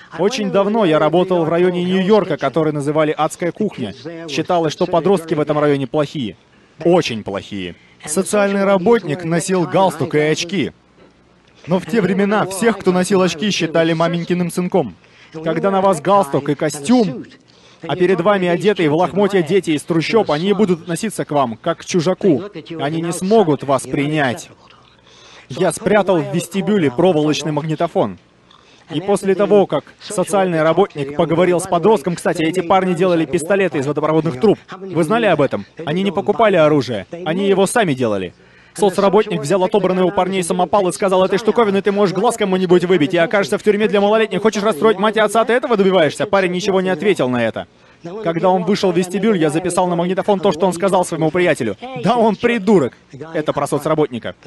Очень давно я работал в районе Нью-Йорка, который называли «Адская кухня». Считалось, что подростки в этом районе плохие. Очень плохие. Социальный работник носил галстук и очки. Но в те времена всех, кто носил очки, считали маменькиным сынком. Когда на вас галстук и костюм, а перед вами одетые в лохмотья дети из трущоб, они будут относиться к вам, как к чужаку. Они не смогут вас принять. Я спрятал в вестибюле проволочный магнитофон. И после того, как социальный работник поговорил с подростком, кстати, эти парни делали пистолеты из водопроводных труб. Вы знали об этом? Они не покупали оружие, они его сами делали. Соцработник взял отобранный у парней самопал и сказал: «Этой штуковиной ты можешь глаз кому-нибудь выбить и окажешься в тюрьме для малолетних. Хочешь расстроить мать и отца, ты этого добиваешься?» Парень ничего не ответил на это. Когда он вышел в вестибюль, я записал на магнитофон то, что он сказал своему приятелю. «Да он придурок!» Это про соцработника.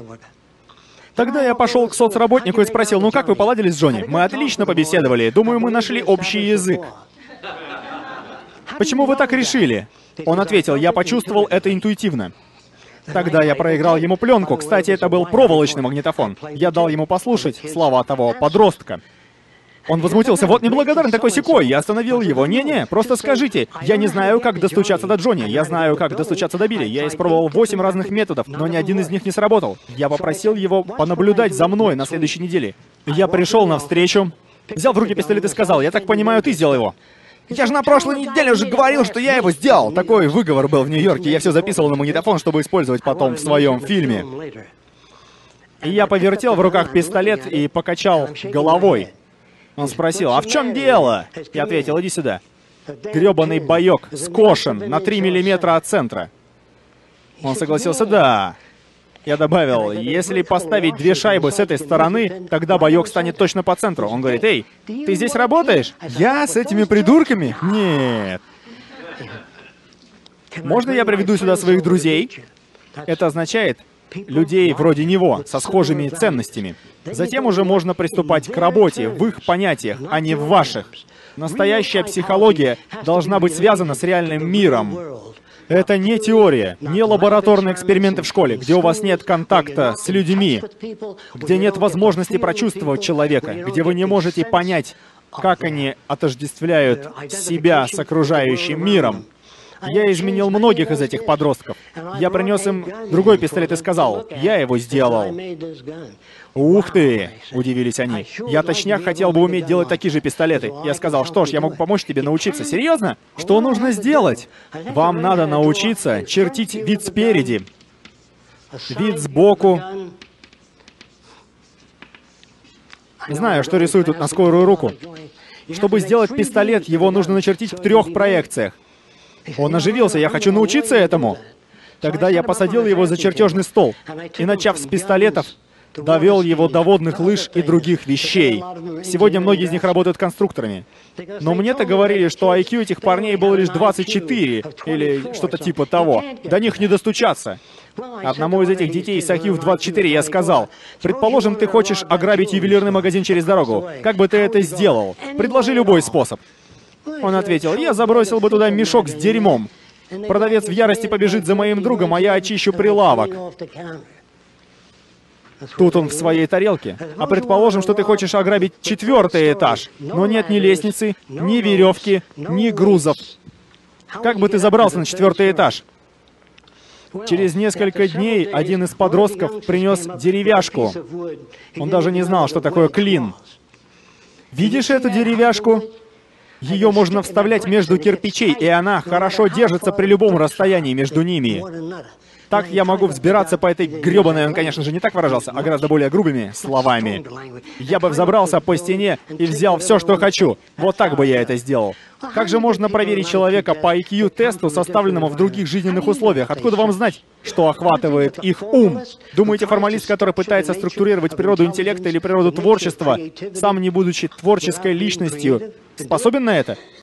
Тогда я пошел к соцработнику и спросил: «Ну как вы поладили с Джонни? Мы отлично побеседовали. Думаю, мы нашли общий язык». «Почему вы так решили?» Он ответил: «Я почувствовал это интуитивно». Тогда я проиграл ему пленку. Кстати, это был проволочный магнитофон. Я дал ему послушать слова того подростка. Он возмутился: «Вот неблагодарный такой-сякой!» Я остановил его. «Не-не, просто скажите, я не знаю, как достучаться до Джонни. Я знаю, как достучаться до Билли. Я испробовал 8 разных методов, но ни один из них не сработал. Я попросил его понаблюдать за мной на следующей неделе. Я пришел навстречу, взял в руки пистолет и сказал: «Я так понимаю, ты сделал его?» «Я же на прошлой неделе уже говорил, что я его сделал!» Такой выговор был в Нью-Йорке. Я все записывал на магнитофон, чтобы использовать потом в своем фильме. И я повертел в руках пистолет и покачал головой. Он спросил: «А в чем дело?» Я ответил: «Иди сюда». Грёбаный боёк скошен на 3 миллиметра от центра. Он согласился: «Да». Я добавил: «Если поставить 2 шайбы с этой стороны, тогда боёк станет точно по центру». Он говорит: «Эй, ты здесь работаешь?» «Я с этими придурками? Нет». «Можно я приведу сюда своих друзей?» Это означает людей вроде него, со схожими ценностями. Затем уже можно приступать к работе в их понятиях, а не в ваших. Настоящая психология должна быть связана с реальным миром. Это не теория, не лабораторные эксперименты в школе, где у вас нет контакта с людьми, где нет возможности прочувствовать человека, где вы не можете понять, как они отождествляют себя с окружающим миром. Я изменил многих из этих подростков. Я принес им другой пистолет и сказал: «Я его сделал». «Ух ты!» — удивились они. «Я точняк хотел бы уметь делать такие же пистолеты». Я сказал: «Что ж, я могу помочь тебе научиться». «Серьезно? Что нужно сделать?» «Вам надо научиться чертить вид спереди, вид сбоку». Знаю, что рисую тут на скорую руку. Чтобы сделать пистолет, его нужно начертить в 3 проекциях. Он оживился: «Я хочу научиться этому». Тогда я посадил его за чертежный стол и, начав с пистолетов, довел его до водных лыж и других вещей. Сегодня многие из них работают конструкторами. Но мне-то говорили, что IQ этих парней было лишь 24, или что-то типа того. До них не достучаться. Одному из этих детей с IQ в 24 я сказал: «Предположим, ты хочешь ограбить ювелирный магазин через дорогу. Как бы ты это сделал? Предложи любой способ». Он ответил: «Я забросил бы туда мешок с дерьмом. Продавец в ярости побежит за моим другом, а я очищу прилавок». Тут он в своей тарелке. «А предположим, что ты хочешь ограбить 4-й этаж, но нет ни лестницы, ни веревки, ни грузов. Как бы ты забрался на 4-й этаж?» Через несколько дней один из подростков принес деревяшку. Он даже не знал, что такое клин. «Видишь эту деревяшку? Ее можно вставлять между кирпичей, и она хорошо держится при любом расстоянии между ними. Так я могу взбираться по этой гребаной», он, конечно же, не так выражался, а гораздо более грубыми словами. «Я бы взобрался по стене и взял все, что хочу. Вот так бы я это сделал». Как же можно проверить человека по IQ-тесту, составленному в других жизненных условиях? Откуда вам знать, что охватывает их ум? Думаете, формалист, который пытается структурировать природу интеллекта или природу творчества, сам не будучи творческой личностью, способен на это?